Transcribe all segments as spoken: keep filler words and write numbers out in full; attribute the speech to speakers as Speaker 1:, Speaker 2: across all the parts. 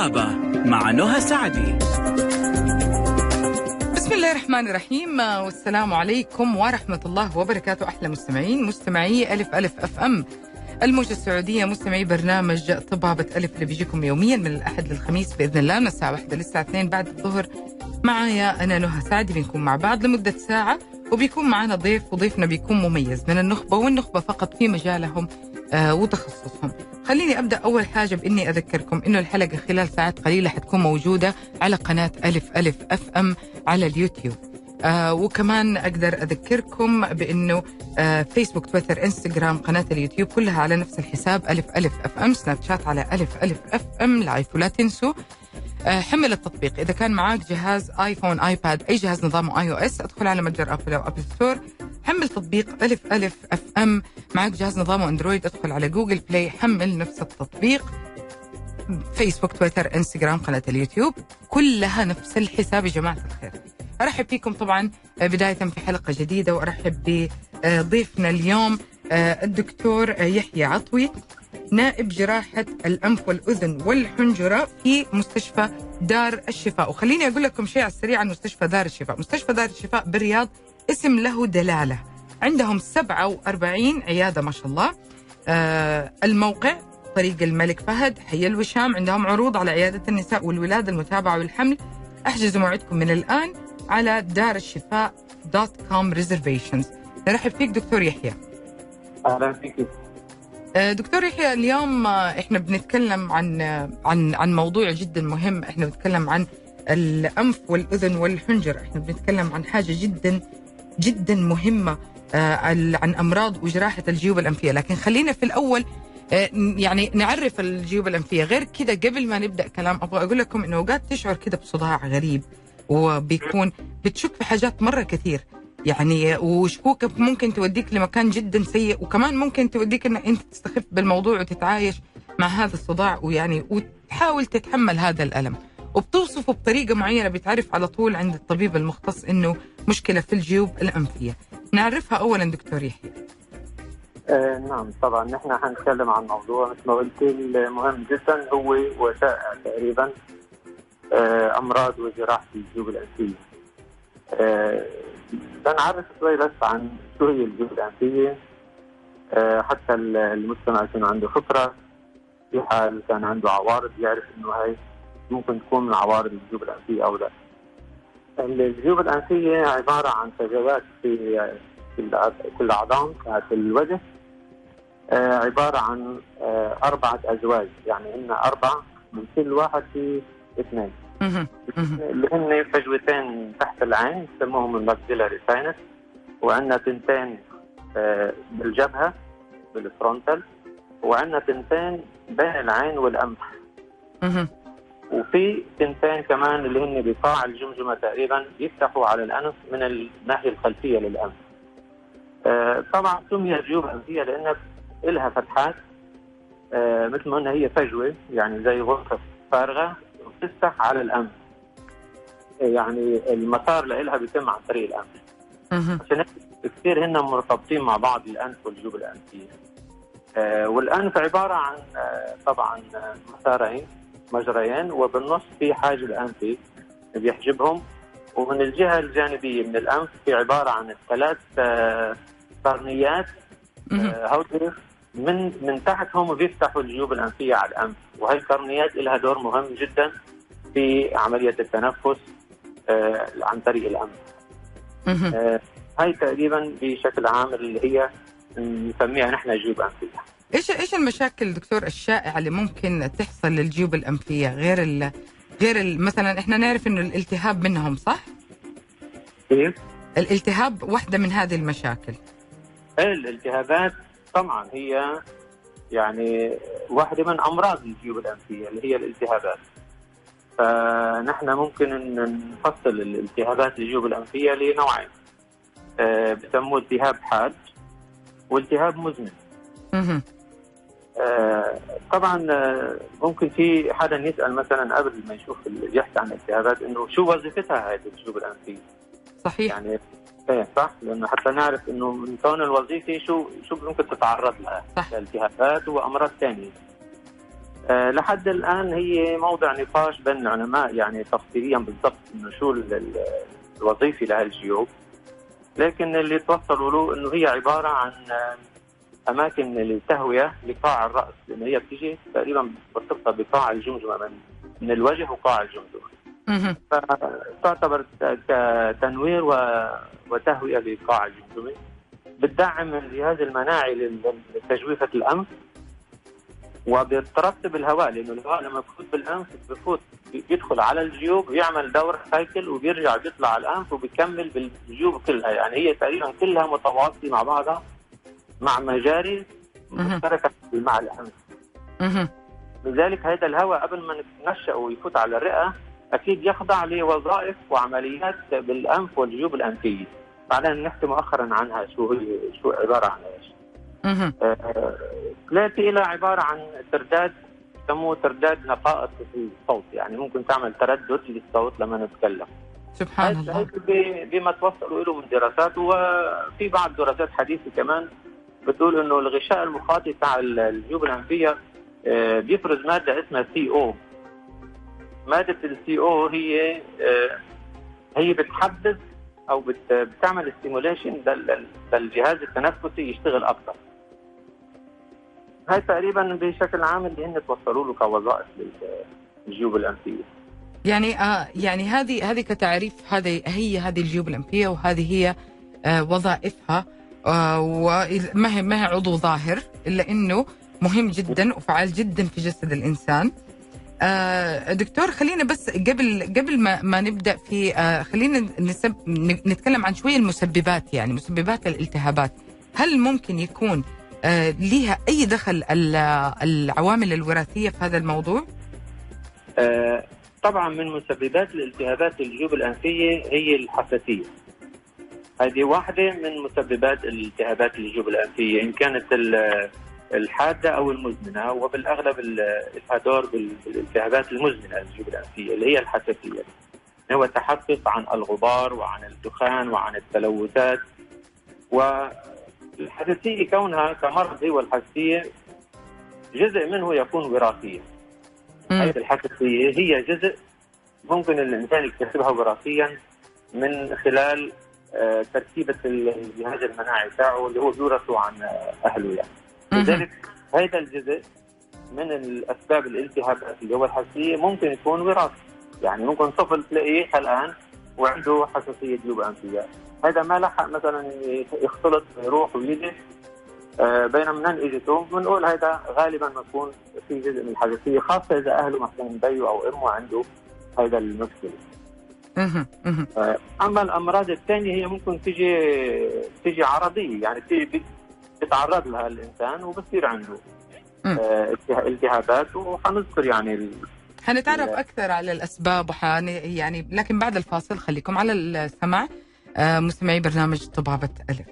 Speaker 1: طبابة مع نهى سعدي.
Speaker 2: بسم الله الرحمن الرحيم، والسلام عليكم ورحمة الله وبركاته. أحلى مستمعين، مستمعي ألف ألف أف أم الموجة السعودية، مستمعي برنامج طبابة ألف اللي بيجيكم يوميا من الأحد للخميس بإذن الله من الساعة واحدة للساعة اثنين بعد الظهر. معايا أنا نهى سعدي، بنكون مع بعض لمدة ساعة، وبيكون معنا ضيف، وضيفنا بيكون مميز من النخبة والنخبة فقط في مجالهم آه وتخصصهم. خليني أبدأ أول حاجة بإني أذكركم إنه الحلقة خلال ساعات قليلة حتكون موجودة على قناة ألف ألف أف أم على اليوتيوب. آه وكمان أقدر أذكركم بأنه آه فيسبوك، تويتر، إنستغرام، قناة اليوتيوب كلها على نفس الحساب ألف ألف أف أم، سناب شات على ألف ألف أف أم لايف. ولا تنسوا آه حمل التطبيق إذا كان معاك جهاز آيفون، آيباد، أي جهاز نظامه آي أو إس، أدخل على متجر أبل أو أبل ستور، حمل تطبيق ألف ألف أف أم. معاك جهاز نظامه أندرويد، أدخل على جوجل بلاي، حمل نفس التطبيق. فيسبوك، تويتر، إنستغرام، قناة اليوتيوب كلها نفس الحساب يا جماعة الخير. أرحب فيكم طبعا بداية في حلقة جديدة، وأرحب بضيفنا اليوم الدكتور يحيى عطوي، نائب جراحة الأنف والأذن والحنجرة في مستشفى دار الشفاء. وخليني أقول لكم شيء على السريع عن مستشفى دار الشفاء. مستشفى دار الشفاء بالرياض اسم له دلالة، عندهم سبعة وأربعين عيادة ما شاء الله. آه الموقع طريق الملك فهد، حي الوشام. عندهم عروض على عيادة النساء والولادة، المتابعة والحمل. احجزوا موعدكم من الآن على دار الشفاء دوت كوم ريزرفيشنز. نرحب فيك دكتور يحيى.
Speaker 3: أهلا فيك
Speaker 2: دكتور يحيى. اليوم احنا بنتكلم عن عن عن موضوع جدا مهم. احنا بنتكلم عن الأنف والأذن والحنجرة. احنا بنتكلم عن حاجة جدا جدا مهمة، عن أمراض وجراحة الجيوب الأنفية. لكن خلينا في الأول يعني نعرف الجيوب الأنفية. غير كده قبل ما نبدأ كلام أبغى أقول لكم إنه أوقات تشعر كده بصداع غريب، وبيكون بتشك في حاجات مرة كثير يعني، وشكوكك ممكن توديك لمكان جدا سيء، وكمان ممكن توديك إن أنت تستخف بالموضوع وتتعايش مع هذا الصداع، ويعني وتحاول تتحمل هذا الألم، وبتوصفه بطريقة معينة بتعرف على طول عند الطبيب المختص إنه مشكلة في الجيوب الأنفية. نعرفها أولا دكتور يحيى.
Speaker 3: آه نعم طبعا، نحن حنتكلم عن موضوع مثل ما قلت مهم جدا، هو وشائع تقريبا، آه أمراض وجراحة الجيوب الأنفية. آه لنعرف شوي بس عن شو هي الجيوب الأنفية، آه حتى المستمع يكون عنده فكرة، في حال كان عنده عوارض يعرف إنه هاي ممكن تكون من عوارض الجيوب الأنفية أو لا. الجيوب الأنفية عبارة عن فجوات في في العظام بتاعت الوجه، آه عبارة عن آه أربعة أزواج، يعني إن أربع من كل واحد في اثنين اللي هن فجوتين تحت العين يسموهم الماكسيلاري ساينس، وعندنا تنتين آه بالجبهة بالفرونتال، وعندنا تنتين بين العين والأنف، وفي تنتين كمان اللي هن بقاع الجمجمة تقريبا يفتحوا على الأنف من الناحية الخلفية للأنف. آه طبعا سميت جيوب أنفية لأنها إلها فتحات، آه مثل ما قلنا هي فجوة، يعني زي غرفة فارغة وتفتح على الأنف، يعني المسار لإلها بيتم عن طريق الأنف. عشان كثير هن مرتبطين مع بعض الأنف والجيوب الأنفية. آه والأنف عبارة عن آه طبعا مسارين مجريين، وبالنص في حاجز أنفي بيحجبهم، ومن الجهة الجانبية من الأنف في عبارة عن ثلاث آه قرنيات، هودي من من تحت هم بيفتحوا الجيوب الأنفية على الأنف، وهي القرنيات لها دور مهم جدا في عملية التنفس آه عن طريق الأنف. آه هاي تقريبا بشكل عام اللي هي نسميها نحن جيوب أنفية.
Speaker 2: ايش ايش المشاكل دكتور الشائعة اللي ممكن تحصل للجيوب الأنفية غير ال غير ال مثلا احنا نعرف انه الالتهاب منهم، صح؟
Speaker 3: كيف؟
Speaker 2: الالتهاب واحدة من هذه المشاكل.
Speaker 3: الالتهابات طبعا هي يعني واحدة من أمراض الجيوب الأنفية اللي هي الالتهابات. فنحن ممكن نفصل الالتهابات الجيوب الأنفية لنوعين، آه بسموه التهاب حاد والتهاب مزمن. آه طبعا آه ممكن في حدا يسأل مثلا قبل ما يشوف يحكي عن الالتهابات إنه شو وظيفتها هذه الجيوب الأنفية.
Speaker 2: صحيح.
Speaker 3: يعني ايه صح، لانه حتى نعرف انه من كون الوظيفه شو شو ممكن تتعرض لها التهابات وامراض ثانيه. آه لحد الآن هي موضع نقاش بين العلماء، يعني تفصيليا بالضبط إنه شو الوظيفة لهالجيوب، لكن اللي توصلوا له إنه هي عبارة عن أماكن التهوية لقاع الرأس، لأن هي بتيجي تقريبا بترتبط بقاع الجمجمة من, من الوجه وقاع الجمجمة، فتعتبر كتنوير وتهوية لقاع الجمجمة. بتدعم الجهاز المناعي لتجويفة الأنف، وبترطب الهواء، لأنه الهواء لما بفوت بالأنف بفوت بيدخل على الجيوب ويعمل دورة سايكل وبيرجع بيطلع على الأنف وبيكمل بالجيوب كلها، يعني هي تقريبا كلها متواصلة مع بعضها مع مجاري مشتركة مع الأنف. لذلك هذا الهواء قبل ما نتنشأ ويفوت على الرئة أكيد يخضع لوظائف وعمليات بالأنف والجيوب الأنفية، بعدين نحكي مؤخرا عنها شو هي شو عبارة عن ايش. ثلاثة إلى عبارة عن ترداد، يسموه ترداد نقائص في الصوت، يعني ممكن تعمل تردد للصوت لما نتكلم.
Speaker 2: سبحان الله.
Speaker 3: بما توصلوا له من دراسات، وفي بعض دراسات حديثة كمان بتقول انه الغشاء المخاطي تاع الجيوب الأنفية بيفرز مادة اسمها سي او. مادة السي او هي هي بتحبس او بتعمل ستيموليشن للجهاز التنفسي يشتغل اكثر. هاي تقريبا بشكل عام اللي هن توصلوا له كوظائف للجيوب الأنفية.
Speaker 2: يعني آه يعني هذه هذه كتعريف، هذه هي هذه الجيوب الأنفية، وهذه هي آه وظائفها، آه وما هي ما هي عضو ظاهر، إلا إنه مهم جدا وفعال جدا في جسد الإنسان. آه دكتور، خلينا بس قبل قبل ما, ما نبدأ في آه خلينا نسب نتكلم عن شوية المسببات، يعني مسببات الالتهابات. هل ممكن يكون آه ليها أي دخل العوامل الوراثية في هذا الموضوع؟
Speaker 3: آه طبعا من مسببات الالتهابات الجيوب الأنفية هي الحساسية. هذه واحدة من مسببات الالتهابات الجيوب الأنفية، إن كانت الحادة أو المزمنة، وبالأغلب لها دور بالالتهابات المزمنة الجيوب الأنفية اللي هي الحساسية. هو تحسس عن الغبار وعن الدخان وعن التلوثات. والحساسية كونها كمرض، هو الحساسية جزء منه يكون وراثيا. هذه الحساسية هي جزء ممكن الإنسان يكتسبها وراثيا من خلال تركيبة الجهاز المناعي تاعه اللي هو بيورثه عن أهله يعني. لذلك هذا الجزء من الأسباب الالتهابات اللي هو الحساسية ممكن يكون وراثي، يعني ممكن طفل تلاقيه الآن وعنده حساسية جيوب أنفية، هذا ما لحق مثلا يختلط يروح ويجي، آه بينما من اجته بنقول هذا غالبا بيكون في جزء من الحساسية، خاصة إذا أهله مثلا بيه أو أمه عنده هذا المشكلة. آه أما الأمراض الثانية هي ممكن تيجي تيجي عرضية، يعني تيجي يتعرض لها الإنسان وبصير عنده آه التهابات، وحنذكر يعني ال...
Speaker 2: حنتعرف أكثر على الأسباب وحن يعني، لكن بعد الفاصل خليكم على السمع. آه مستمعي برنامج طبابة ألف.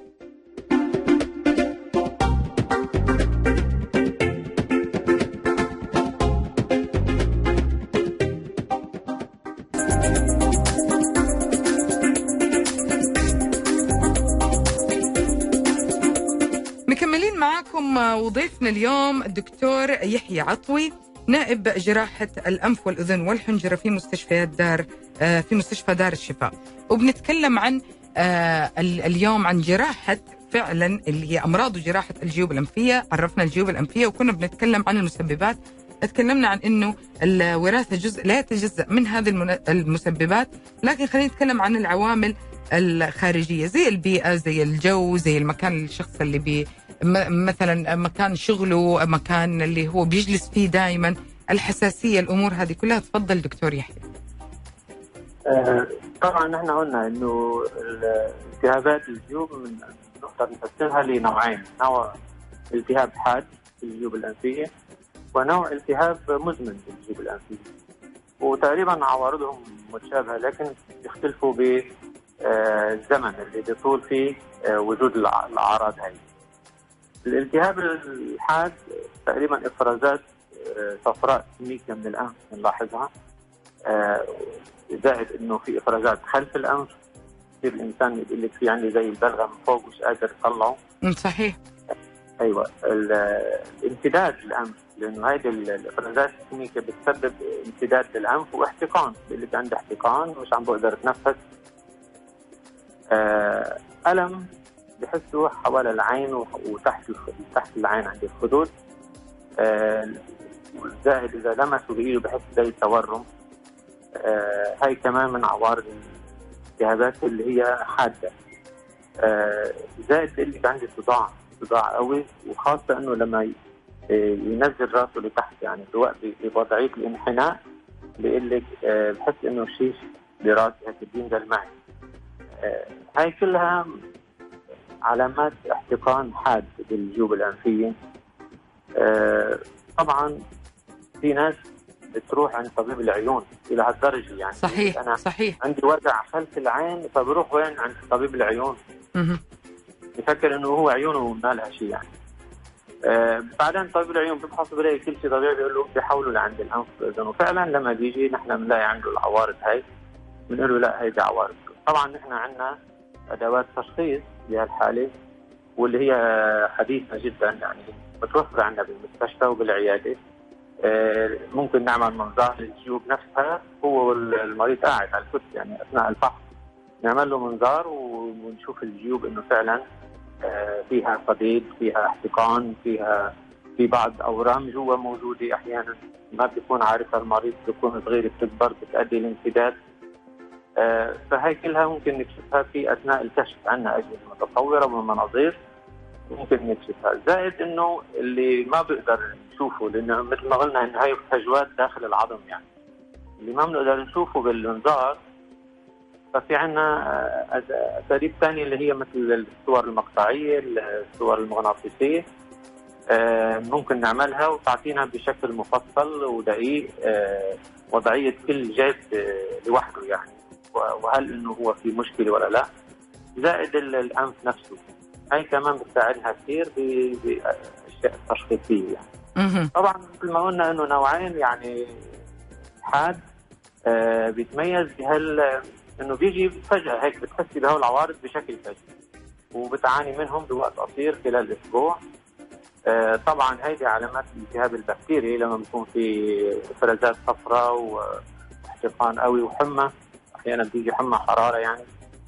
Speaker 2: مكملين معاكم وضيفنا اليوم الدكتور يحيى عطوي، نائب جراحة الأنف والأذن والحنجرة في مستشفيات دار في مستشفى دار الشفاء، وبنتكلم عن اليوم عن جراحة فعلا اللي هي أمراض وجراحة الجيوب الأنفية. عرفنا الجيوب الأنفية وكنا بنتكلم عن المسببات، اتكلمنا عن إنه الوراثة جزء لا يتجزأ من هذه المسببات، لكن خلينا نتكلم عن العوامل الخارجية زي البيئة، زي الجو، زي المكان الشخص اللي بي مثلا مكان شغله، مكان اللي هو بيجلس فيه دائما، الحساسية، الأمور هذه كلها. تفضل دكتور يحيى.
Speaker 3: آه طبعا نحن قلنا إنه التهابات الجيوب من نقدر نقسمها لنوعين، نوع التهاب حاد في الجيوب الأنفية ونوع التهاب مزمن في الجيوب الأنفية، وتقريبا عوارضهم متشابهة لكن يختلفوا بالزمن اللي بيطول فيه وجود الأعراض هاي. الالتهاب الحاد تقريبا افرازات صفراء سميكه من الانف بنلاحظها، زائد انه في افرازات خلف الانف، يصير الانسان يقول لك في عندي زي البلغم من فوق مش قادر يطلعه.
Speaker 2: صحيح.
Speaker 3: ايوه الامتداد الانف، لانه هذه الافرازات الكيميائيه بتسبب امتداد للانف واحتقان، اللي عنده احتقان مش عم بقدر اتنفس. آه الم بحسه حوالي العين وتحت تحت العين عند الخدود. آه زائد اذا لمسوا بايده بحس زي تورم. آه هاي كمان من عوارض الالتهابات اللي هي حاده. آه زائد اللي عنده صداع صداع قوي، وخاصه انه لما ينزل راسه لتحت، يعني سواء بوضعيه الانحناء بيقول لك آه بحس انه الشيش براسي هيك بينزل معي. آه هاي كلها علامات احتقان حاد بالجيوب الانفيه. آه طبعا في ناس بتروح عند طبيب العيون الى هالدرجه، يعني
Speaker 2: صحيح
Speaker 3: انا
Speaker 2: صحيح
Speaker 3: عندي وجع خلف العين فبروح وين؟ عند طبيب العيون.
Speaker 2: مه.
Speaker 3: بفكر انه هو عيونه ما لها شيء يعني. آه بعدين طبيب العيون بيفحص بلاقي كل شيء طبيعي، بيقول له بيحولوا لعند الانف والاذن، وفعلا لما بيجي نحن بنلاقي عنده العوارض هاي، بنقول له لا هيدي عوارض. طبعا نحن عندنا ادوات تشخيص بهالحاله واللي هي حديثه جدا، يعني متوفره عندنا بالمستشفى وبالعياده. آه ممكن نعمل منظار للجيوب نفسها، هو والمريض قاعد على الكرسي، يعني اثناء الفحص نعمل له منظار ونشوف الجيوب انه فعلا فيها صديد، فيها احتقان، فيها في بعض اورام جوا موجوده، احيانا ما بيكون عارفها المريض، بتكون صغيره بتكبر بتؤدي لانسداد. فهي كلها ممكن نكشفها في اثناء الكشف. عندنا اجهزه متطوره والمناظير ممكن نكشفها. زائد انه اللي ما بقدر نشوفه، لانه مثل ما قلنا انه هي فجوات داخل العظم، يعني اللي ما بنقدر نشوفه بالمنظار، ففي عنا أساليب ثانية اللي هي مثل الصور المقطعية، الصور المغناطيسية، ممكن نعملها وتعطينا بشكل مفصل ودقيق وضعية كل جزء لوحده، يعني وهل إنه هو في مشكلة ولا لا. زائد الأنف نفسه، هاي كمان بتساعدنا كثير بالأشياء التشخيصية يعني. طبعا مثل ما قلنا إنه نوعين، يعني حاد بيتميز بهال انه بيجي فجأة هيك بتحسي بهول العوارض بشكل فجأة وبتعاني منهم بوقت قصير خلال اسبوع. آه طبعا هيدي علامات الالتهاب البكتيري، لما بيكون في افرازات صفراء واحتقان قوي وحمى، احيانا بيجي حمى حرارة يعني.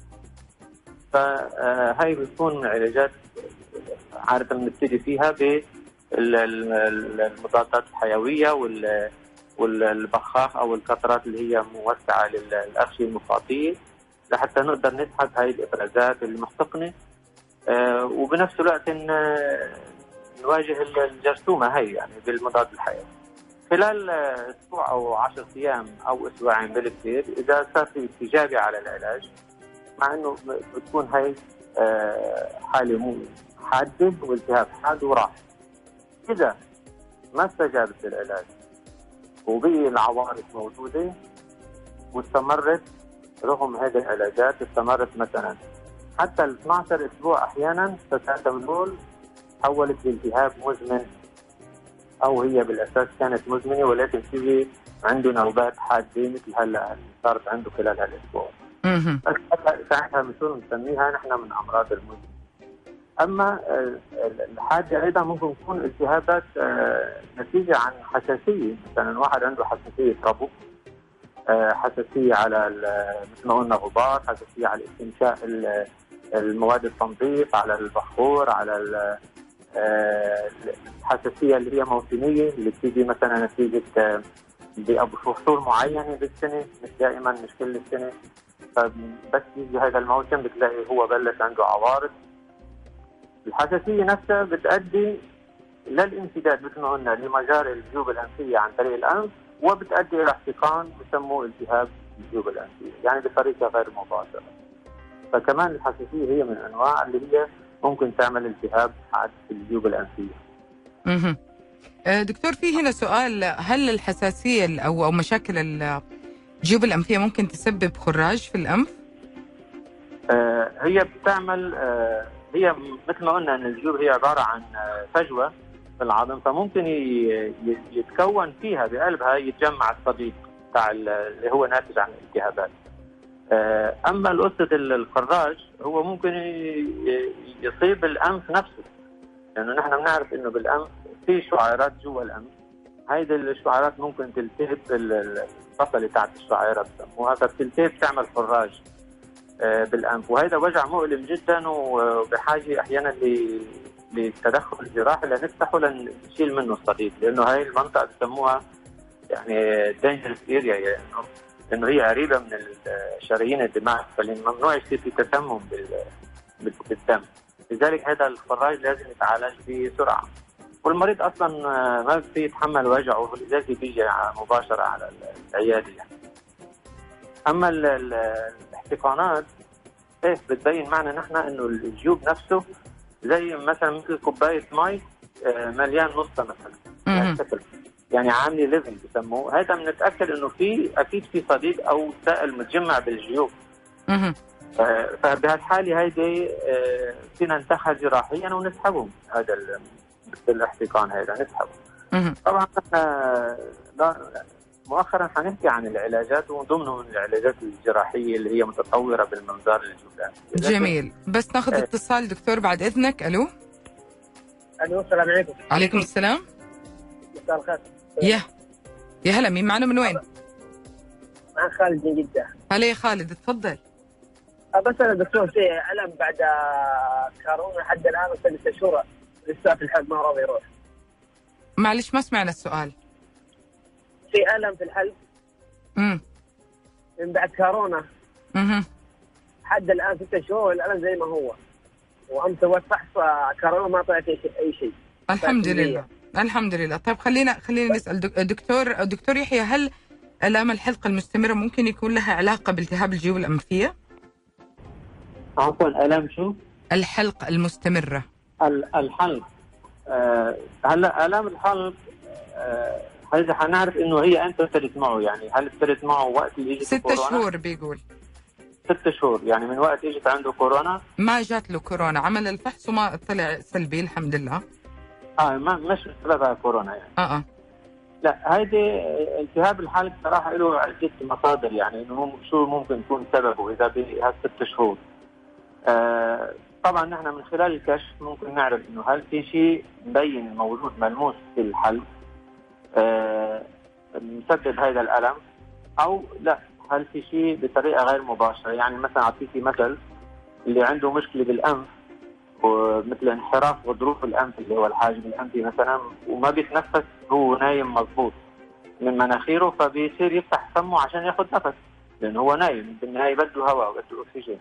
Speaker 3: فهي بتكون علاجات عادة بنبتدي فيها بالمضادات الحيوية وال والبخاخ او القطرات اللي هي موسعه للاغشيه المخاطيه، لحتى نقدر نسحب هاي الافرازات المحتقنه. آه وبنفس الوقت نواجه الجرثومه هي يعني بالمضاد الحيوي. خلال اسبوع او عشر ايام او اسبوعين بالكثير، اذا صار في استجابه على العلاج، مع انه بتكون هاي آه حاله مو حاده والتهاب حاد وراح. اذا ما استجابت للعلاج وبقي العوارض موجودة واستمرت رغم هذه العلاجات، استمرت مثلا حتى ال اثني عشر اسبوع احيانا، فتعتبر تحولت لالتهاب مزمن، او هي بالاساس كانت مزمنه ولكن تيجي عنده نوبات حاده مثل هلا صارت عنده خلال هالاسبوع. ساعتها بنصير نسميها نحن من امراض المزمن. اما الحاده ايضا ممكن تكون التهابات نتيجه عن حساسيه، مثلا واحد عنده حساسيه ربو، حساسيه على مثل ما قلنا غبار، حساسيه على استنشاق المواد التنظيف، على البخور، على الحساسيه اللي هي موسميه اللي بتيجي مثلا نتيجه بفصول معينه بالسنه، مش دائما مش كل السنه، فبس يجي هذا الموسم بتلاقي هو بلش عنده عوارض. الحساسيه نفسها بتؤدي للانسداد مثل ما قلنا لمجاري الجيوب الانفيه عن طريق الانف، وبتؤدي الى احتقان بسموه التهاب الجيوب الانفيه، يعني بطريقه غير مباشره. فكمان الحساسيه هي من انواع اللي هي ممكن تعمل التهاب حاد في الجيوب الانفيه.
Speaker 2: اها دكتور، في هنا سؤال، هل الحساسيه او او مشاكل الجيوب الانفيه ممكن تسبب خراج في الانف؟
Speaker 3: آه هي بتعمل آه هي مثل ما قلنا ان الجيوب هي عباره عن فجوه في العظم، فممكن يتكون فيها بقلبها يتجمع الصديد بتاع اللي هو ناتج عن الالتهابات. اما قصه الخراج هو ممكن يصيب الانف نفسه، لانه يعني نحن بنعرف انه بالانف في شعيرات جوا الانف، هيدي الشعيرات ممكن تلتهب الفصلة تاعت الشعيرة بسموها، فبتلتهب تعمل فراج بالانف، وهذا وجع مؤلم جدا وبحاجه احيانا للتدخل جراحي لنفتحه لنشيل منه الصديد، لانه هاي المنطقه بسموها يعني دينجرس اريا، يعني انه هي قريبه من شرايين الدماغ، فممنوع يصير في تسمم بالدم، لذلك هذا الفراج لازم يتعالج بسرعه، والمريض اصلا ما في يتحمل وجعه، لذلك بيجي مباشره على العياده يعني. اما الاحتقانات ايه بتبين معنا نحن انه الجيوب نفسه زي مثلا مثل كوبايه مي مليان نصها مثلا، يعني, يعني عامله ليفل بسموه، هذا بنتاكد انه في اكيد في صديد او سائل متجمع بالجيوب. فبهالحاله هيدي فينا ننتخب جراحيا ونسحبهم، هذا الاحتقان هذا نسحبه. طبعا احنا مؤخرا حنحكي عن العلاجات، وضمنهم العلاجات الجراحيه اللي هي متطوره بالمنظار الجبلاني.
Speaker 2: جميل، بس ناخذ اه. اتصال دكتور بعد اذنك. الو
Speaker 4: الو السلام عليكم.
Speaker 2: عليكم السلام.
Speaker 4: مساء الخير.
Speaker 2: يا يا هلا، مين معنا من وين؟
Speaker 4: معك خالد من جده.
Speaker 2: هلا يا خالد، تفضل.
Speaker 4: بس انا دكتور في الم بعد كورونا لحد الان ست شهور لسه في الحلق ما راضي يروح.
Speaker 2: معلش ما سمعنا السؤال.
Speaker 4: في الم في الحلق
Speaker 2: امم
Speaker 4: من بعد كورونا
Speaker 2: اها
Speaker 4: حد الان ست شهور والالم زي ما هو، وامس سويت فحص كورونا ما طلعت اي شيء.
Speaker 2: الحمد لله الحمد لله. طيب خلينا خلينا نسال دكتور دكتور يحيى، هل الام الحلق المستمره ممكن يكون لها علاقه بالتهاب الجيوب الانفيه؟
Speaker 3: عفوا الام شو؟
Speaker 2: الحلق المستمره.
Speaker 3: الحلق أه هلا الام الحلق أه هذا حنعرف انه هي امتى ابتدت معه، يعني هل ابتدت معه وقت اللي اجت
Speaker 2: ست
Speaker 3: كورونا؟
Speaker 2: شهور بيقول.
Speaker 3: ست شهور يعني من وقت اجت عنده كورونا؟
Speaker 2: ما جات له كورونا، عمل الفحص وما طلع سلبي الحمد لله.
Speaker 3: اه ما مش بسببها كورونا يعني.
Speaker 2: اه اه
Speaker 3: لا هيدي التهاب الحلق صراحه له عده مصادر، يعني انه شو ممكن يكون سببه اذا بهالست شهور. آه طبعا نحن من خلال الكشف ممكن نعرف انه هل في شيء مبين موجود ملموس في الحلق آه مسبب هذا الالم او لا، هل في شيء بطريقه غير مباشره، يعني مثلا اعطيكي مثل اللي عنده مشكله بالانف ومثل انحراف غضروف الانف اللي هو الحاجب الانفي مثلا، وما بيتنفس هو نايم مضبوط من مناخيره، فبيصير يفتح فمه عشان ياخذ نفس لانه هو نايم، بالنهايه بده هواء وبده اكسجين.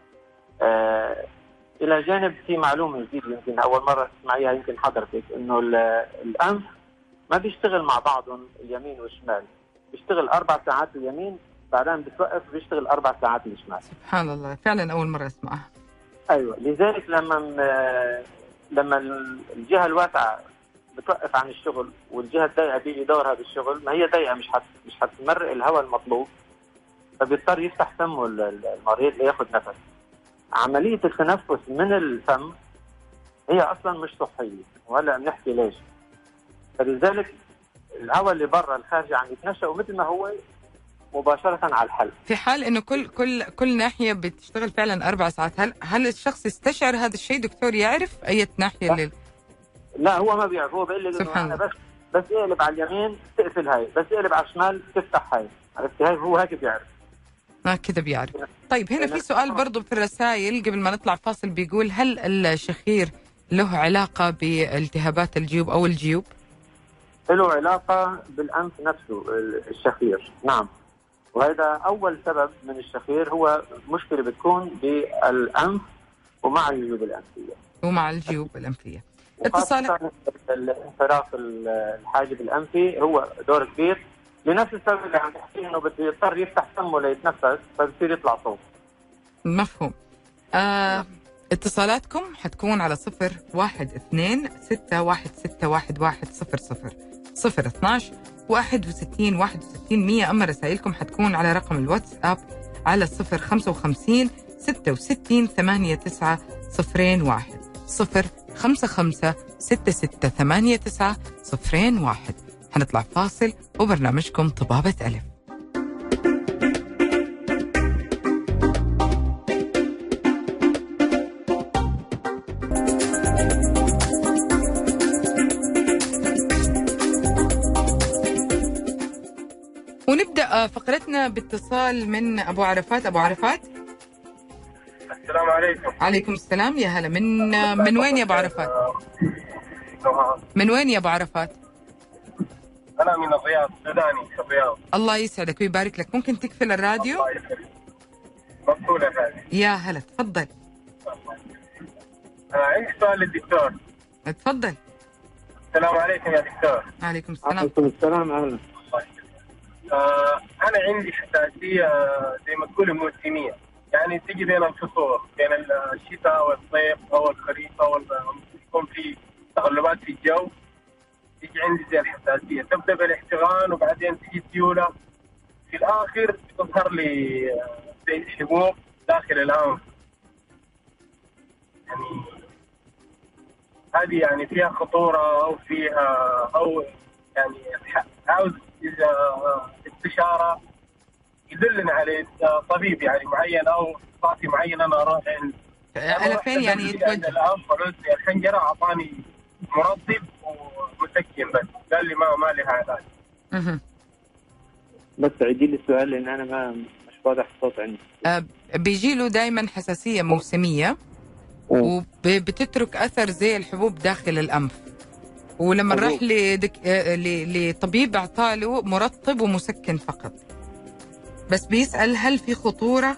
Speaker 3: آه الى جانب في معلومه جديده يمكن اول مره تسمعيها يمكن حضرتك، انه الانف ما بيشتغل مع بعضهم اليمين والشمال، بيشتغل اربع ساعات اليمين بعدين بتوقف بيشتغل اربع ساعات الشمال.
Speaker 2: سبحان الله، فعلا اول مره اسمعها.
Speaker 3: ايوه، لذلك لما لما الجهه الواسعه بتوقف عن الشغل والجهه الضيقه بيجي دورها بالشغل، ما هي ضيقه مش حت مش حتمرق الهواء المطلوب، فبيضطر يفتح فمه المريض لياخذ نفس. عمليه التنفس من الفم هي اصلا مش صحيه، وهلا بنحكي ليش. فلذلك الهواء اللي برا الخارجي عم يتنشأ مثل ما هو مباشرة على الحلق.
Speaker 2: في حال انه كل كل كل ناحية بتشتغل فعلا اربع ساعات، هل هل الشخص يستشعر هذا الشيء دكتور؟ يعرف اي ناحية اللي
Speaker 3: لا هو ما بيعرف، هو بيقول لي انه انا بس بس يقلب على اليمين تقفل هاي، بس يقلب على الشمال تفتح هاي، عرفت؟ هاي هو هيك بيعرف.
Speaker 2: اه كذا بيعرف. طيب هنا في سؤال برضو في الرسائل قبل ما نطلع فاصل، بيقول هل الشخير له علاقة بالتهابات الجيوب او الجيوب؟
Speaker 3: له علاقة بالأنف نفسه الشخير، نعم. وهذا أول سبب من الشخير، هو مشكلة بتكون بالأنف ومع الجيوب الأنفية.
Speaker 2: ومع الجيوب الأنفية. اتصال
Speaker 3: الانحراف الحاجب الأنفي هو دور كبير، لنفس السبب اللي عم تحكيه انه بده يضطر يفتح فمه ليتنفس فبصير يطلع صوت.
Speaker 2: مفهوم. آه اتصالاتكم حتكون على صفر واحد اثنين ستة واحد ستة واحد واحد صفر صفر صفر اثناش واحد وستين واحد وستين مية. أما رسائلكم حتكون على رقم الواتساب على صفر خمسة وخمسين ستة وستين ثمانية تسعة صفرين واحد صفر خمسة خمسة ستة ستة ثمانية تسعة صفرين واحد. حنطلع فاصل وبرنامجكم طبابة ألف. آه، فقرتنا باتصال من أبو عرفات. أبو عرفات،
Speaker 5: السلام عليكم.
Speaker 2: عليكم السلام، يا هلا. من آه، من وين يا أبو عرفات؟ من وين يا أبو عرفات؟
Speaker 5: أنا من الرياض، سوداني في الرياض.
Speaker 2: الله يسعدك ويبارك لك. ممكن تقفل الراديو؟
Speaker 5: الله يسعدك. مقبولة هذه.
Speaker 2: يا هلا، تفضل.
Speaker 5: أنا عندي سؤال للدكتور.
Speaker 2: تفضل.
Speaker 5: السلام عليكم يا دكتور.
Speaker 2: عليكم السلام.
Speaker 3: عليكم السلام. أهلا.
Speaker 5: آه أنا عندي حساسية زي ما تقول موسمية، يعني تيجي بين الفصول، بين الشتاء والصيف أو الخريف أو يكون في تقلبات في الجو، تيجي عندي زي الحساسية، تبدأ بالاحتقان وبعدين تيجي سيولة، في الآخر تظهر لي زي حبوب داخل الأنف. يعني هذه يعني فيها خطورة أو فيها أو يعني عاوز إذا استشارة يدلنا على طبيب يعني معين أو صافي معين أنا أروح عند.
Speaker 2: على فين يعني يتوجه؟
Speaker 5: الأنف ورزق الخنجرة أعطاني مرطب ومسكن بس، قال لي ما ما لها علاج.
Speaker 2: اها
Speaker 3: بس عيدي لي السؤال لأن أنا ما مش واضح الصوت عندي.
Speaker 2: آه، بيجي له دائما حساسية موسمية وبتترك أثر زي الحبوب داخل الأنف، ولما
Speaker 3: حبوب.
Speaker 2: راح لدك... آه، ل- لطبيب أعطاله مرطب ومسكن فقط، بس بيسأل هل في خطورة؟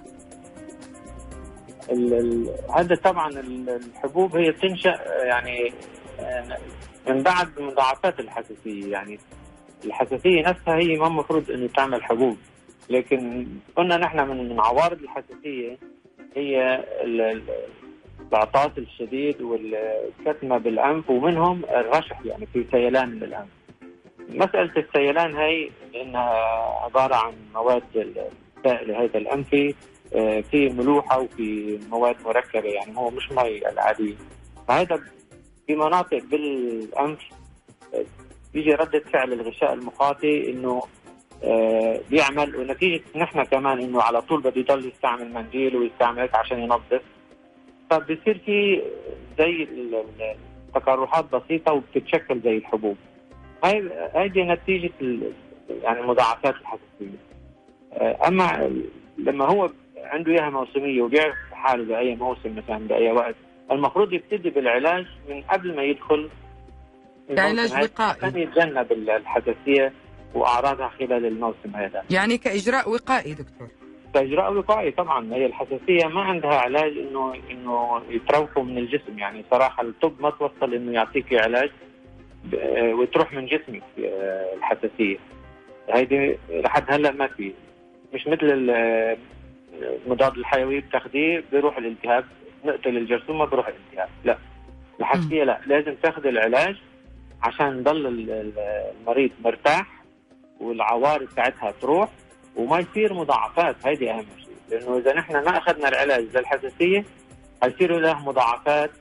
Speaker 3: ال ال هذا طبعا ال- الحبوب هي بتنشأ يعني آه، من بعد مضاعفات الحساسية. يعني الحساسية نفسها هي ما المفروض إنه تعمل حبوب، لكن قلنا نحن من من عوارض الحساسية هي ال- ال- العطاس الشديد والكتمة بالأنف، ومنهم الرشح، يعني في سيلان بالأنف. مسألة السيلان هي إنها عبارة عن مواد السائل هذا الأنفي، آه، في ملوحة وفي مواد مركبة، يعني هو مش مي العادية. فهذا في مناطق بالأنف آه، بيجي ردة فعل الغشاء المخاطي إنه آه، بيعمل، ونتيجة نحن كمان إنه على طول بده يضل يستعمل منديل ويستعمل هيك عشان ينظف، فبصير في زي ال- ال- تقرحات بسيطة وبتتشكل زي الحبوب. هاي هذه نتيجة ال- يعني مضاعفات الحساسية. آه، أما لما هو عنده إياها موسمية وبيعرف حاله بأي موسم مثلا بأي وقت، المفروض يبتدي بالعلاج من قبل ما يدخل
Speaker 2: علاج
Speaker 3: هاي
Speaker 2: وقائي.
Speaker 3: عشان يتجنب الحساسية وأعراضها خلال الموسم هذا.
Speaker 2: يعني كإجراء وقائي دكتور.
Speaker 3: كإجراء وقائي طبعا. هي الحساسية ما عندها علاج إنه إنه يتروحوا من الجسم، يعني صراحة الطب ما توصل إنه يعطيك علاج ب- وتروح من جسمك آه، الحساسية. هيدي لحد هلا ما في، مش مثل ال- المضاد الحيوي بتاخديه بيروح الالتهاب، نقتل الجرثومة بيروح الالتهاب. لا، الحساسية لا، لازم تاخذ العلاج عشان يضل ال- ال- المريض مرتاح والعوارض بتاعتها تروح وما يصير مضاعفات. هيدي اهم شيء، لانه اذا نحن ما اخذنا العلاج للحساسيه حيصير له مضاعفات،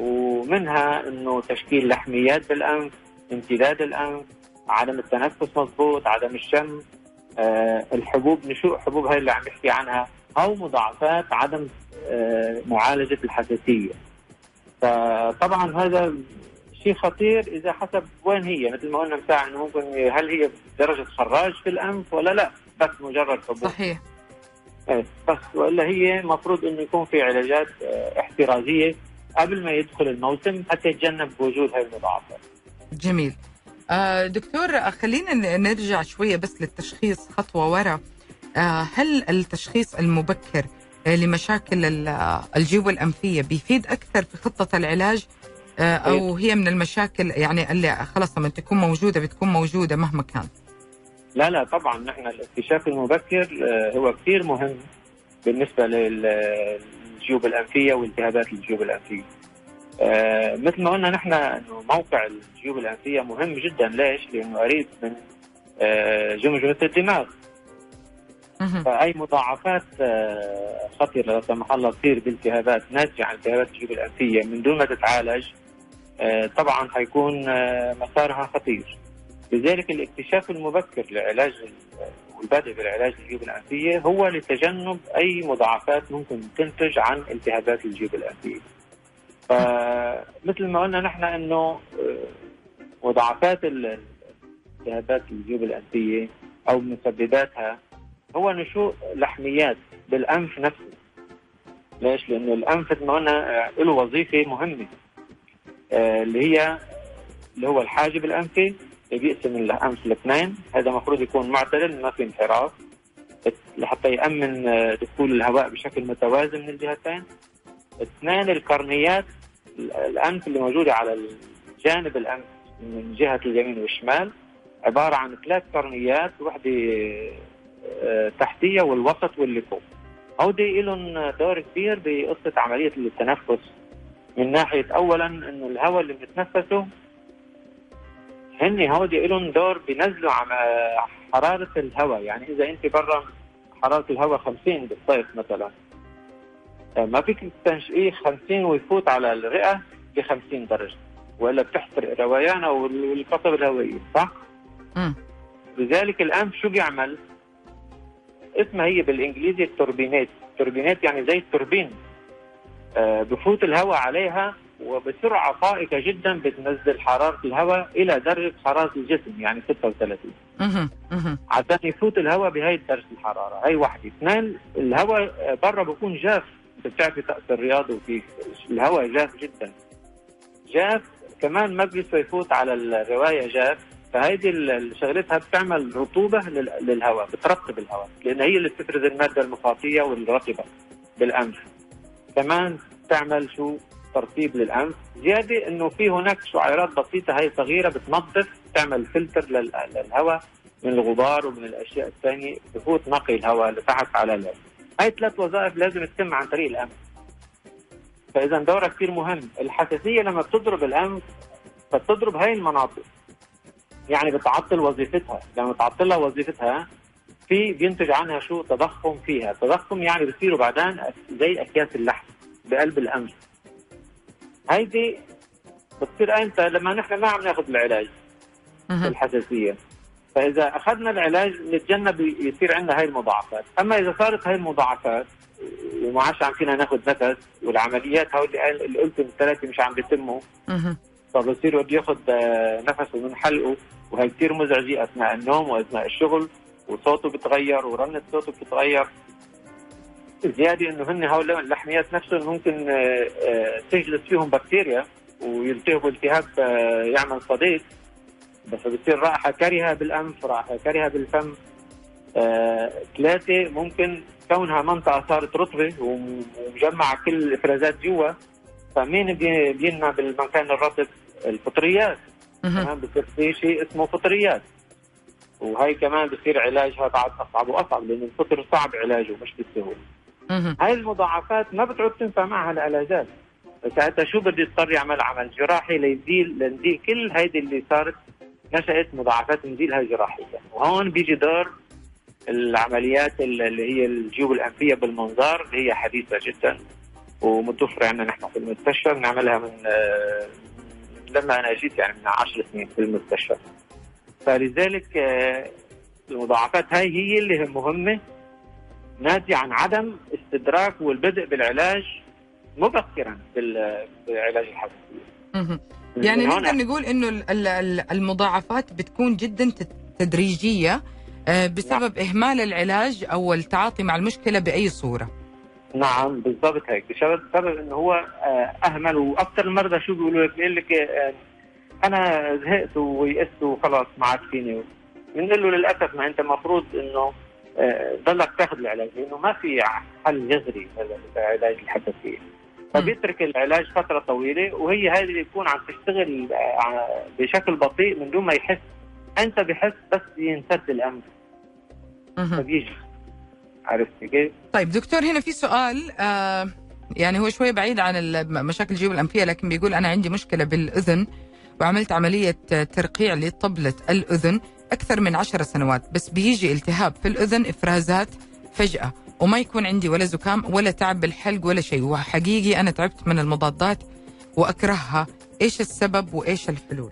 Speaker 3: ومنها انه تشكيل لحميات بالانف، امتداد الانف، عدم التنفس مضبوط، عدم الشم، آه الحبوب، نشوء حبوب هاي اللي عم يحكي عنها، او مضاعفات عدم آه معالجه الحساسيه. فطبعا هذا شيء خطير اذا حسب وين هي، مثل ما قلنا مساعة انه ممكن هل هي درجه خراج في الانف ولا لا، بس مجرد حبوب.
Speaker 2: صحيح.
Speaker 3: ايه بس، والا هي مفروض انه يكون في علاجات اه احترازيه قبل ما يدخل الموسم حتى يتجنب وجود هاي المضاعفات.
Speaker 2: جميل. آه دكتور، آه، خلينا ن- نرجع شوية بس للتشخيص خطوة ورا. آه هل التشخيص المبكر آه لمشاكل ال- آه، الجيوب الأنفية بيفيد أكثر في خطة العلاج، آه أو هي من المشاكل يعني اللي خلاص لما تكون موجودة بتكون موجودة مهما كان؟
Speaker 3: لا لا طبعا، نحن الاكتشاف المبكر اه هو كثير مهم بالنسبه للجيوب الانفيه والتهابات الجيوب الانفيه. آه مثل ما قلنا نحن انه موقع الجيوب الانفيه مهم جدا. ليش؟ لانه قريب من آه جمجمه الدماغ.
Speaker 2: مهم.
Speaker 3: فاي مضاعفات آه خطيره لا سمح الله تصير بالتهابات ناتجه عن التهابات الجيوب الانفيه من دون ما تتعالج، آه طبعا حيكون آه مسارها خطير. لذلك الاكتشاف المبكر لعلاج والبدء بالعلاج الجيوب الانفيه هو لتجنب اي مضاعفات ممكن تنتج عن التهابات الجيوب الانفيه. فمثل ما قلنا نحن انه مضاعفات التهابات الجيوب الانفيه او مسبباتها هو نشوء لحميات بالأنف نفسه. ليش؟ لأنه الأنف زي ما قلنا له وظيفة مهمة آه اللي هي اللي هو الحاجب الأنفي اللي بيقسم الأنف لاثنين. هذا المفروض يكون معتدل ما في انحراف لحتى يأمن دخول الهواء بشكل متوازن من الجهتين. اثنين القرنيات الأنف اللي موجودة على الجانب الأنف من جهة اليمين والشمال عبارة عن ثلاث قرنيات، واحدة تحتية والوسط واللي فوق. هودي لهم دور كبير بقصة عملية التنفس، من ناحية أولا إنه الهواء اللي بنتنفسه هن هودي لهم دور بينزلوا حرارة الهواء. يعني إذا أنت برا حرارة الهواء خمسين بالصيف مثلا، ما فيك تنشئيه خمسين ويفوت على الرئة ب خمسين درجة وإلا بتحترق روايانها والقصبة الهوائية، صح؟ م. لذلك الأنف شو بيعمل؟ اسمها هي بالإنجليزي التوربينات. التوربينات يعني زي التوربين، آه بفوت الهواء عليها وبسرعة فائقة جدا بتنزل حرارة الهواء إلى درجة حرارة الجسم يعني ستة وثلاثين عشان يفوت الهواء بهاي درجة الحرارة. هاي واحدة. اثنين الهواء برا بكون جاف، انت بتعرفي طقس الرياض وفي الهواء جاف جدا، جاف كمان ما بيسوى يفوت على الرواية جاف. فهيدي شغلتها بتعمل رطوبة للهواء، بترطب الهواء لأن هي اللي بتفرز المادة المخاطية والرطبة بالأنف. كمان تعمل شو ترطيب للأنف زيادة، إنه في هناك شعيرات بسيطة هي صغيرة بتنظف، تعمل فلتر للهواء من الغبار ومن الأشياء الثانية، بفوت نقي الهواء لتحت على الأنف. هاي ثلاث وظائف لازم تتم عن طريق الأنف، فإذا دورها كثير مهم. الحساسية لما بتضرب الأنف فبتضرب هاي المناطق، يعني بتعطل وظيفتها. لما تعطلها وظيفتها في بينتج عنها شو؟ تضخم فيها. تضخم يعني بصيروا بعدين زي أكياس اللحم بقلب الأنف. هيدي بتصير امتى؟ لما نحن ما عم ناخذ العلاج الحساسيه. فاذا اخذنا العلاج نتجنب يصير عندنا هاي المضاعفات. اما اذا صارت هاي المضاعفات وما عادش عم فينا ناخذ نفس والعمليات هاي اللي, اللي قلتهم الثلاثه مش عم بيتموا، فبصير بده ياخذ نفسه من حلقه، وهي كثير مزعجه اثناء النوم واثناء الشغل، وصوته بتغير ورنه صوته بتتغير. زياده انه هن هؤلاء اللحميات نفسهم ممكن تجلس فيهم بكتيريا ويلتهبوا التهاب يعمل صديد، بس بتصير رائحه كريهه بالانف، رائحه كريهه بالفم. ثلاثه ممكن كونها منطقه صارت رطبه ومجمعه كل الافرازات جوا، فمين بينمى بالمكان الرطب؟ الفطريات. كمان بصير في شيء اسمه فطريات، وهي كمان بصير علاجها بعد اصعب واصعب لان الفطر صعب علاجه مش بالسهوله. هاي المضاعفات ما بتعود تنفع معها العلاجات، ساعتها شو بده يضطر يعمل؟ عمل جراحي ليزيل لنزيل كل هيدي اللي صارت نشأت مضاعفات، نزيلها جراحيا. وهون بيجي دور العمليات اللي هي الجيوب الأنفية بالمنظار اللي هي حديثة جدا ومتوفرة عندنا نحن في المستشفى، بنعملها من لما أنا جيت يعني من عشر سنين في المستشفى. فلذلك المضاعفات هاي هي اللي مهمة، ناتجة عن عدم استدراك والبدء بالعلاج مبكرا بالعلاج الحساسية.
Speaker 2: يعني نقدر نقول انه المضاعفات بتكون جدا تدريجية بسبب نعم. اهمال العلاج او التعاطي مع المشكلة باي صورة.
Speaker 3: نعم بالضبط هيك، بسبب انه هو اهمل. واكثر المرضى شو بيقولوا لك؟ بيقول لك انا زهقت ويأست وخلاص ما عاد فيني. بنقول له للاسف ما انت المفروض انه ضلك تاخذ العلاج، لانه ما في حل جذري لعلاج الحساسيه. فبيترك العلاج فتره طويله، وهي هذه اللي تكون عم تشتغل بشكل بطيء من دون ما يحس. انت بحس بس ينسد الانف فبيجي. عرفتي كيف؟
Speaker 2: طيب دكتور، هنا في سؤال آه يعني هو شويه بعيد عن مشاكل الجيوب الانفيه، لكن بيقول انا عندي مشكله بالاذن وعملت عمليه ترقيع لطبله الاذن أكثر من عشر سنوات، بس بيجي التهاب في الأذن إفرازات فجأة وما يكون عندي ولا زكام ولا تعب بالحلق ولا شيء، وحقيقي أنا تعبت من المضادات وأكرهها. إيش السبب وإيش الحلول؟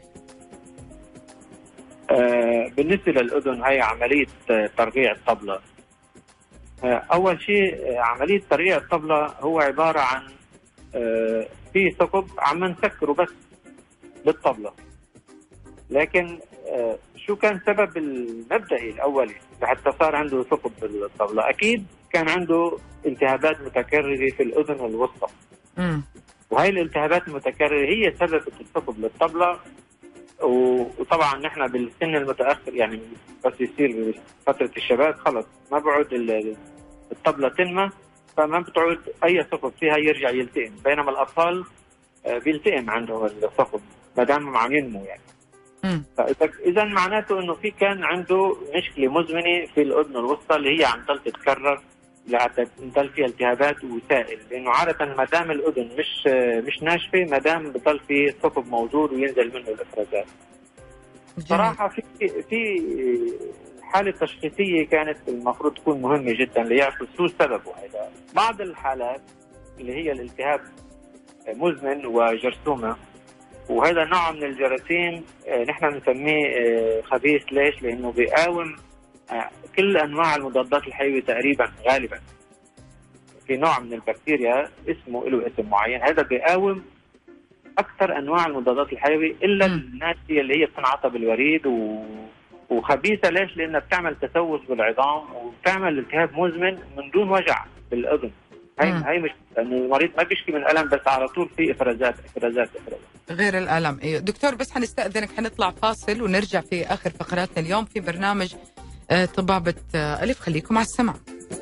Speaker 3: آه بالنسبة للأذن هي عملية ترقيع الطبلة. آه أول شيء عملية ترقيع الطبلة هو عبارة عن آه في ثقب عم نسكره بس بالطبلة، لكن آه شو كان سبب المبدئي الاولي لحتى صار عنده ثقب بالطبله؟ اكيد كان عنده التهابات متكرره في الاذن الوسطى.
Speaker 2: امم
Speaker 3: وهي الالتهابات المتكرره هي سببت الثقب للطبله. وطبعا نحن بالسن المتاخر يعني بس يصير فتره الشباب خلص ما بعد الطبله تنمى، فما بتعود اي ثقب فيها يرجع يلتئم، بينما الاطفال بيلتئم عندهم الثقب ما دام عم ينمو يعني.
Speaker 2: امم
Speaker 3: فاذا معناته انه في كان عنده مشكله مزمنه في الاذن الوسطى اللي هي عم تضل تتكرر لحتى تضل فيها التهابات وسائل، لانه عاده ما دام الاذن مش مش ناشفه ما دام بضل في ثقب موجود وينزل منه الافرازات. صراحه في في الحاله التشخيصيه كانت المفروض تكون مهمه جدا ليعرفوا شو سببه هذا. بعض الحالات اللي هي الالتهاب مزمن وجرثومه، وهذا نوع من الجراثيم نحن بنسميه خبيث. ليش؟ لانه بيقاوم كل انواع المضادات الحيويه تقريبا غالبا. في نوع من البكتيريا اسمه له اسم معين، هذا بيقاوم اكثر انواع المضادات الحيويه الا الناتجه اللي هي بتنعطى بالوريد و... وخبيثه. ليش؟ لانها بتعمل تسوس بالعظام وبتعمل التهاب مزمن من دون وجع بالاذن. هي هي مش لانه المريض ما بيشكي من الم، بس على طول في افرازات افرازات افرازات
Speaker 2: غير الالم. ايوه دكتور، بس حنستاذنك، حنطلع فاصل ونرجع في اخر فقراتنا اليوم في برنامج طبابة ألف. خليكم على السمع.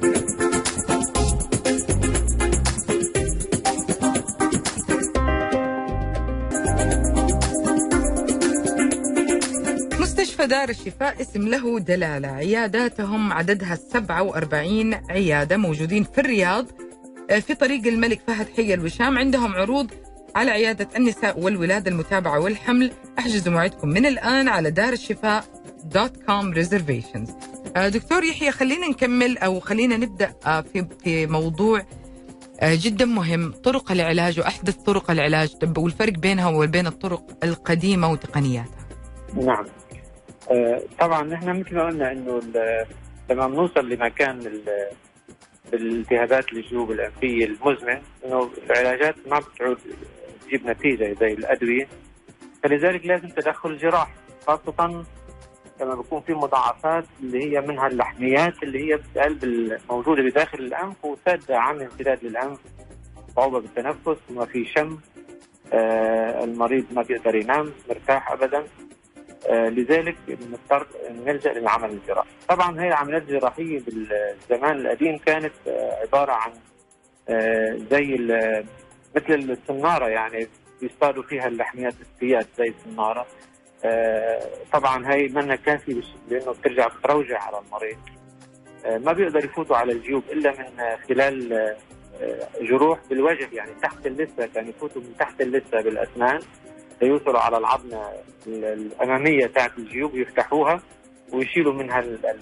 Speaker 2: مستشفى دار الشفاء اسم له دلالة. عياداتهم عددها سبعة وأربعين عيادة موجودين في الرياض في طريق الملك فهد حي الوشام. عندهم عروض على عيادة النساء والولادة المتابعة والحمل. احجزوا موعدكم من الآن على دار الشفاء دوت كوم ريزرفيشنز. دكتور يحيى، خلينا نكمل أو خلينا نبدأ في في موضوع جدا مهم، طرق العلاج وأحدث طرق العلاج والفرق بينها وبين الطرق القديمة وتقنياتها.
Speaker 3: نعم طبعا نحن مثل ما قلنا إنه لما بنوصل لمكان بالالتهابات الجيوب الأنفية المزمن إنه العلاجات ما بتعود تجيب نتيجة زي الأدوية، فلذلك لازم تدخل جراحي، خاصة لما بيكون في مضاعفات اللي هي منها اللحميات اللي هي بقلب الموجودة بداخل الأنف وسادة عامل امتداد للأنف، صعوبة بالتنفس وما في شم. آه المريض ما بيقدر ينام مرتاح أبدا. آه لذلك بنضطر نلجأ للعمل الجراحي. طبعا هي العمليات الجراحية بالزمان القديم كانت آه عبارة عن آه زي مثل السنارة، يعني بيصطادوا فيها اللحميات السياد زي السنارة. آه طبعا هي منا كافي لانه بترجع بتروجع على المريض. آه ما بيقدر يفوتوا على الجيوب الا من خلال آه جروح بالوجه، يعني تحت اللثه، كان يفوتوا من تحت اللثه بالاسنان ليوصلوا على العظمه الاماميه تاعت الجيوب ويفتحوها ويشيلوا منها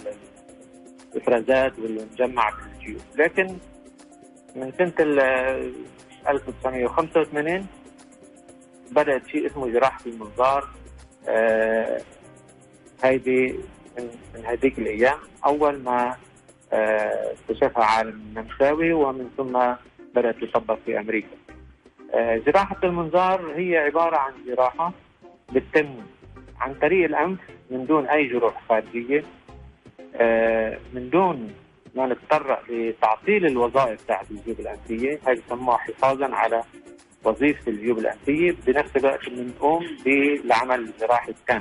Speaker 3: الافرازات والمجمع في الجيوب. لكن من سنه ألف وتسعمائة وخمسة وثمانين بدات شيء اسمه جراحه المنظار. آه هيدي من, من هذيك الايام اول ما آه اكتشفها عالم نمساوي ومن ثم بدات تطبق في امريكا. آه جراحه المنظار هي عباره عن جراحه بتتم عن طريق الانف من دون اي جروح خارجيه، آه من دون ما نتطرق لتعطيل الوظائف تاعت الجيوب الانفيه. هي بسموها حفاظا على وظيفة الجيوب الأنفية، بنفس الوقت بنقوم بالعمل الجراحي التام.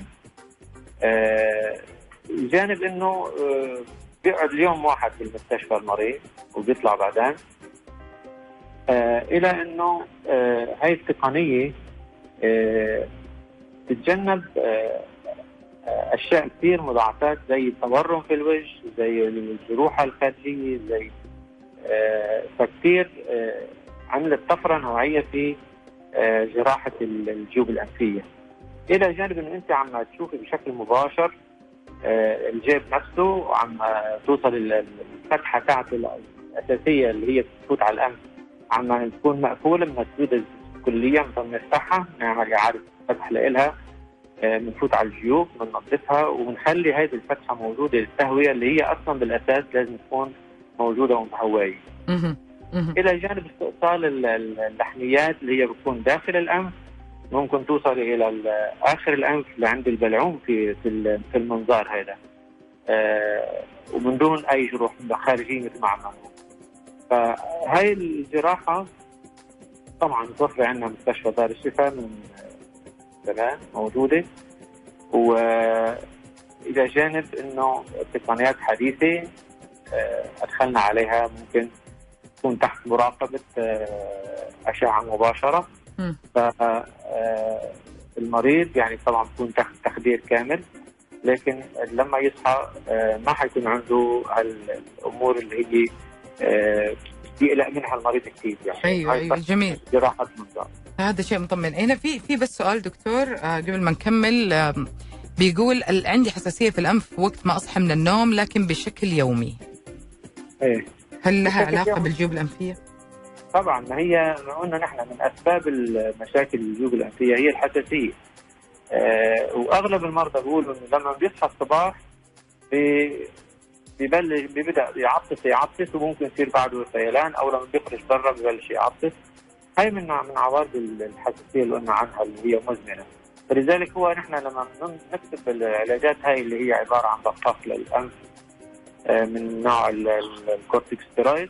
Speaker 3: آه الجانب إنه آه بيقعد اليوم واحد بالمستشفى المريض وبيطلع بعدين. آه إلى إنه آه هاي التقنية آه تتجنب آه أشياء كثير مضاعفات زي التورم في الوجه، زي الجروح الخارجية، زي آه فكثير آه عملت طفرة نوعية في جراحة الجيوب الأنفية. إلى جانب أنه أنت عم تشوفي بشكل مباشر الجيب نفسه وعم توصل الفتحة تاعته الأساسية اللي هي بتفوت على الأنف عم تكون مقفولة، مسدودة كليا، بنفتحها نعمل إعادة فتح لإلها، بنفوت على الجيوب بننظفها وبنخلي هذه الفتحة موجودة للتهوية اللي هي أصلا بالأساس لازم تكون موجودة ومهوية. إلى جانب استئصال اللحميات اللي هي بتكون داخل الأنف ممكن توصل الى اخر الانف لعند البلعوم في في في المنظار هذا، آه ومن دون اي جروح خارجيه مثل ما عملنا. فهي الجراحه طبعا متوفره عندنا مستشفى دار الشفاء من زمان موجوده، والى جانب انه تقنيات حديثه آه ادخلنا عليها، ممكن تكون تحت مراقبه آه اشعه مباشره. فالمريض يعني طبعا بيكون تحت تخدير كامل، لكن لما يصحى ما حيكون عنده الامور اللي هي بيقلق منها المريض كثير. يعني
Speaker 2: ايوه ايوه جميل،
Speaker 3: جراحه منظار
Speaker 2: هذا شيء مطمئن. هنا في في بس سؤال دكتور قبل ما نكمل، بيقول عندي حساسيه في الانف وقت ما اصحى من النوم لكن بشكل يومي.
Speaker 3: ايه
Speaker 2: هل لها علاقه بالجيوب الانفيه؟
Speaker 3: طبعا، ما هي ما قلنا نحن من اسباب المشاكل الجيوب الانفيه هي الحساسيه. أه واغلب المرضى بيقولوا انه لما بيصحى الصباح ببلش بيبدا يعطس يعطس وممكن يصير بعده سيلان، او لما بيخرج برا ببلش يعطس. هاي من من عوارض الحساسيه اللي قلنا عنها اللي هي مزمنه. فلذلك هو نحن لما نكتب العلاجات هاي اللي هي عباره عن ضغط للانف أه من نوع الكورتيكوستيرويد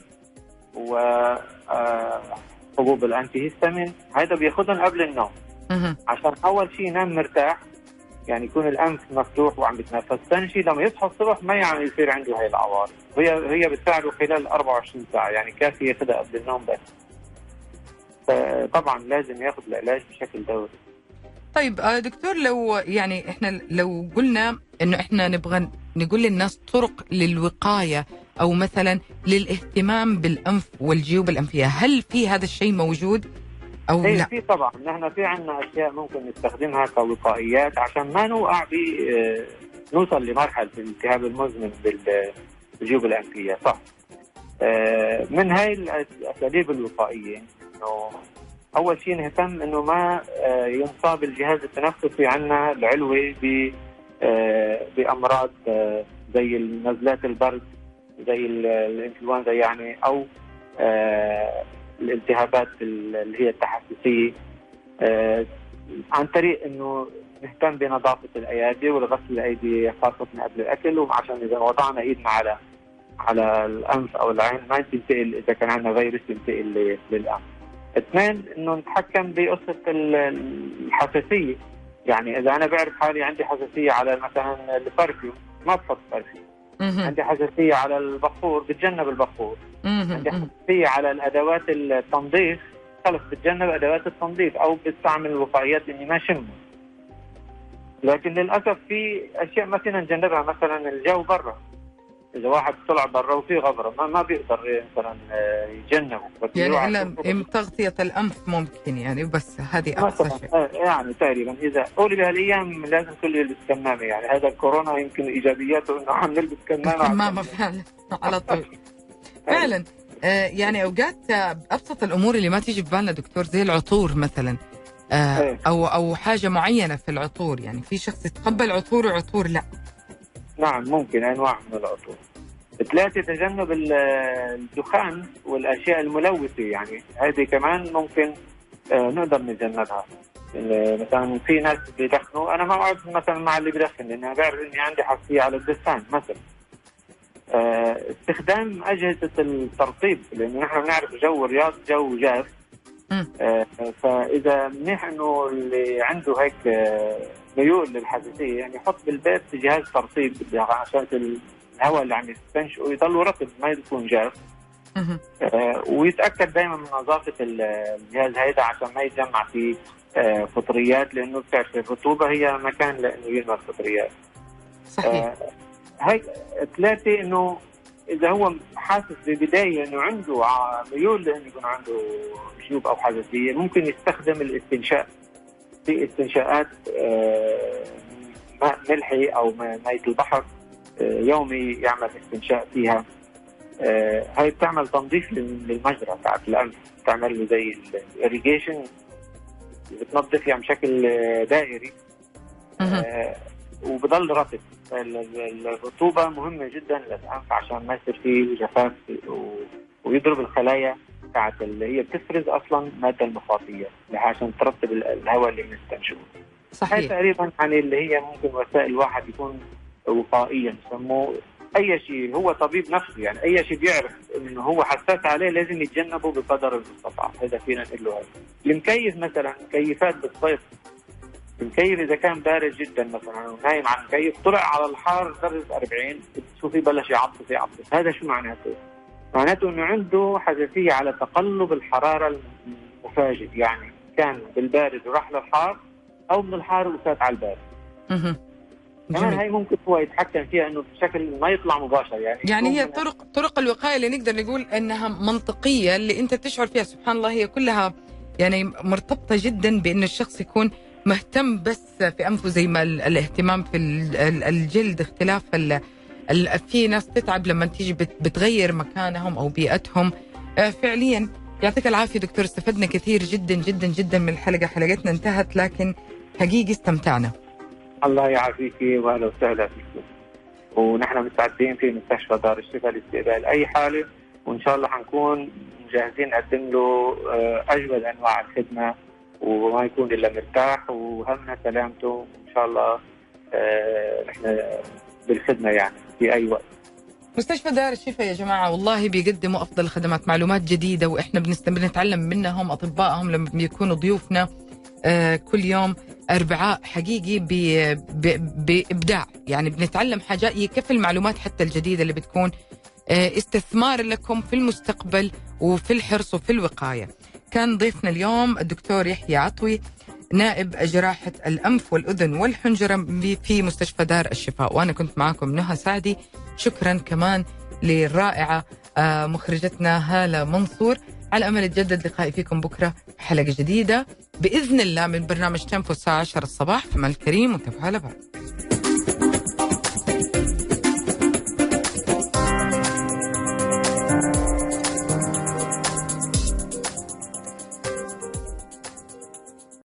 Speaker 3: وحبوب الانتي هيستامين، هذا بياخذهم قبل النوم عشان اول شيء ينام مرتاح، يعني يكون الانف مفتوح وعم بيتنفس. ثاني شيء لما يصحى الصبح ما يعني يصير عنده هاي العوارض، هي هي بتساعده خلال أربعة وعشرين ساعه، يعني كافي ياخذها قبل النوم بس. فطبعا لازم ياخذ العلاج بشكل دوري.
Speaker 2: طيب دكتور، لو يعني احنا لو قلنا انه احنا نبغى نقول للناس طرق للوقايه او مثلا للاهتمام بالانف والجيوب الانفيه، هل في هذا الشيء موجود او
Speaker 3: ايه
Speaker 2: لا؟
Speaker 3: في طبعا، نحن في عندنا اشياء ممكن نستخدمها كوقائيات عشان ما نوقع ب نوصل لمرحله الالتهاب المزمن بالجيوب الانفيه. صح. من هاي الاساليب الوقائيه انه اول شيء نهتم انه ما ينصاب الجهاز التنفسي عندنا العلوي ب بامراض زي نزلات البرد، زي الانفلونزا يعني، او الالتهابات اللي هي التحسسيه، عن طريق انه نهتم بنظافه الايادي وغسل الايدي خاصه قبل الاكل، وعشان اذا وضعنا ايدنا على على الانف او العين ما تنتقل، اذا كان عندنا فيروس ينتقل للانف. اثنين، انه نتحكم بقصه الحساسيه، يعني اذا انا بعرف حالي عندي حساسيه على مثلا البرفيوم ما بحط برفيوم، عندي حساسيه على البخور بتجنب البخور، عندي حساسيه على الادوات التنظيف خلص بتجنب ادوات التنظيف، او بستعمل الوقائيات اني ما شمه. لكن للاسف في اشياء ما فينا نجنبها، مثلا الجو برا، اذا واحد طلع برا وفي غبره ما ما بيقدر مثلا يتجنبه،
Speaker 2: يعني الا تغطيه الانف ممكن يعني، بس هذه اقصى شيء
Speaker 3: يعني تقريبا. اذا قولي بهالايام لازم كل يلبس كمامه، يعني هذا الكورونا يمكن ايجابياته انه عم نلبس كمامه
Speaker 2: كمامه فعلا على طول فعلا. آه يعني اوقات ابسط الامور اللي ما تيجي في بالنا دكتور زي العطور مثلا، آه او او حاجه معينه في العطور، يعني في شخص يتقبل عطور وعطور لا.
Speaker 3: نعم ممكن انواع من العطور. ثلاثة، تجنب الدخان والاشياء الملوثه، يعني هذه كمان ممكن آه نقدر نتجنبها. مثلا في ناس بيدخنوا، انا ما اقعد مثلا مع اللي بيدخن لان بعرف اني عندي حساسيه على الدخان مثلا. آه استخدام اجهزه الترطيب، لانه نحن بنعرف جو الرياض جو جاف. آه فاذا منيح انه اللي عنده هيك آه ميول للحساسيه يعني يحط بالبيت جهاز ترطيب عشان الهواء اللي عم يستنشقه يضل رطب ما يكون جاف. آه ويتاكد دائما من نظافه الجهاز هيدا عشان ما يتجمع فيه آه فطريات، لانه بتعرف الرطوبه هي مكان لانه يلمس فطريات.
Speaker 2: صحيح.
Speaker 3: آه هيك ثلاثه، انه اذا هو حاسس ببدايه انه عنده ميول لانه يكون عنده جيوب او حساسيه، ممكن يستخدم الاستنشاق في استنشاءات ماء ملحي او مية البحر يومي، يعمل استنشاء فيها. هاي بتعمل تنظيف للمجرى تاعت الانف، بتعمل له زي الاريجيشن، بتنظف يعني بشكل دائري وبضل رطب. الرطوبه مهمه جدا للانف عشان ما يصير فيه جفاف ويضرب الخلايا بتاعت اللي هي بتفرز اصلا الماده المخاطيه عشان ترطب الهواء اللي بنستنشقه.
Speaker 2: صحيح.
Speaker 3: هي تقريبا يعني اللي هي ممكن وسائل الواحد يكون وقائيا يسموه اي شيء، هو طبيب نفسه يعني اي شيء بيعرف انه هو حساس عليه لازم يتجنبه بقدر المستطاع. هذا فينا نقول له هذا. المكيف مثلا مكيفات بالصيف، المكيف اذا كان بارد جدا مثلا ونايم على المكيف طلع على الحار درجه أربعين بتشوفي بلش يعطس يعطس، هذا شو معناته؟ معناته انه عنده حساسيه على تقلب الحراره المفاجئ، يعني كان بالبارد وراح للحار او من الحار وفات على البارد.
Speaker 2: اها
Speaker 3: كمان هاي ممكن هو يتحكم فيها انه بشكل ما يطلع مباشر. يعني
Speaker 2: يعني هي طرق طرق الوقايه اللي نقدر نقول انها منطقيه اللي انت تشعر فيها، سبحان الله هي كلها يعني مرتبطه جدا بان الشخص يكون مهتم بس في انفه، زي ما الاهتمام في الجلد، اختلاف ال في ناس تتعب لما تيجي بتغير مكانهم او بيئتهم. فعليا يعطيك العافيه دكتور، استفدنا كثير جدا جدا جدا من الحلقه. حلقتنا انتهت لكن حقيقي استمتعنا. الله
Speaker 3: يعافيكي واهلا وسهلا فيكم، ونحن مستعدين في مستشفى دار الشفاء لاستقبال اي حاله، وان شاء الله حنكون جاهزين نقدم له اجود انواع الخدمه وما يكون الا مرتاح وهمنا سلامته. ان شاء الله نحن بالخدمه يعني في اي وقت.
Speaker 2: مستشفى دار الشفاء يا جماعه والله بيقدموا افضل الخدمات، معلومات جديده واحنا بنتعلم منهم. اطبائهم لما بيكونوا ضيوفنا آه كل يوم أربعاء حقيقي بإبداع، يعني بنتعلم حاجات يكفي المعلومات حتى الجديدة اللي بتكون آه استثمار لكم في المستقبل وفي الحرص وفي الوقاية. كان ضيفنا اليوم الدكتور يحيى عطوي، نائب جراحة الأنف والأذن والحنجرة في مستشفى دار الشفاء، وأنا كنت معاكم نهى سعدي. شكرا كمان للرائعة آه مخرجتنا هالة منصور. على أمل يتجدد لقائي فيكم بكرة بحلقة جديدة بإذن الله من برنامج تيمبو الساعة عشرة الصباح. فمن الكريم وتصبحوا على بعض.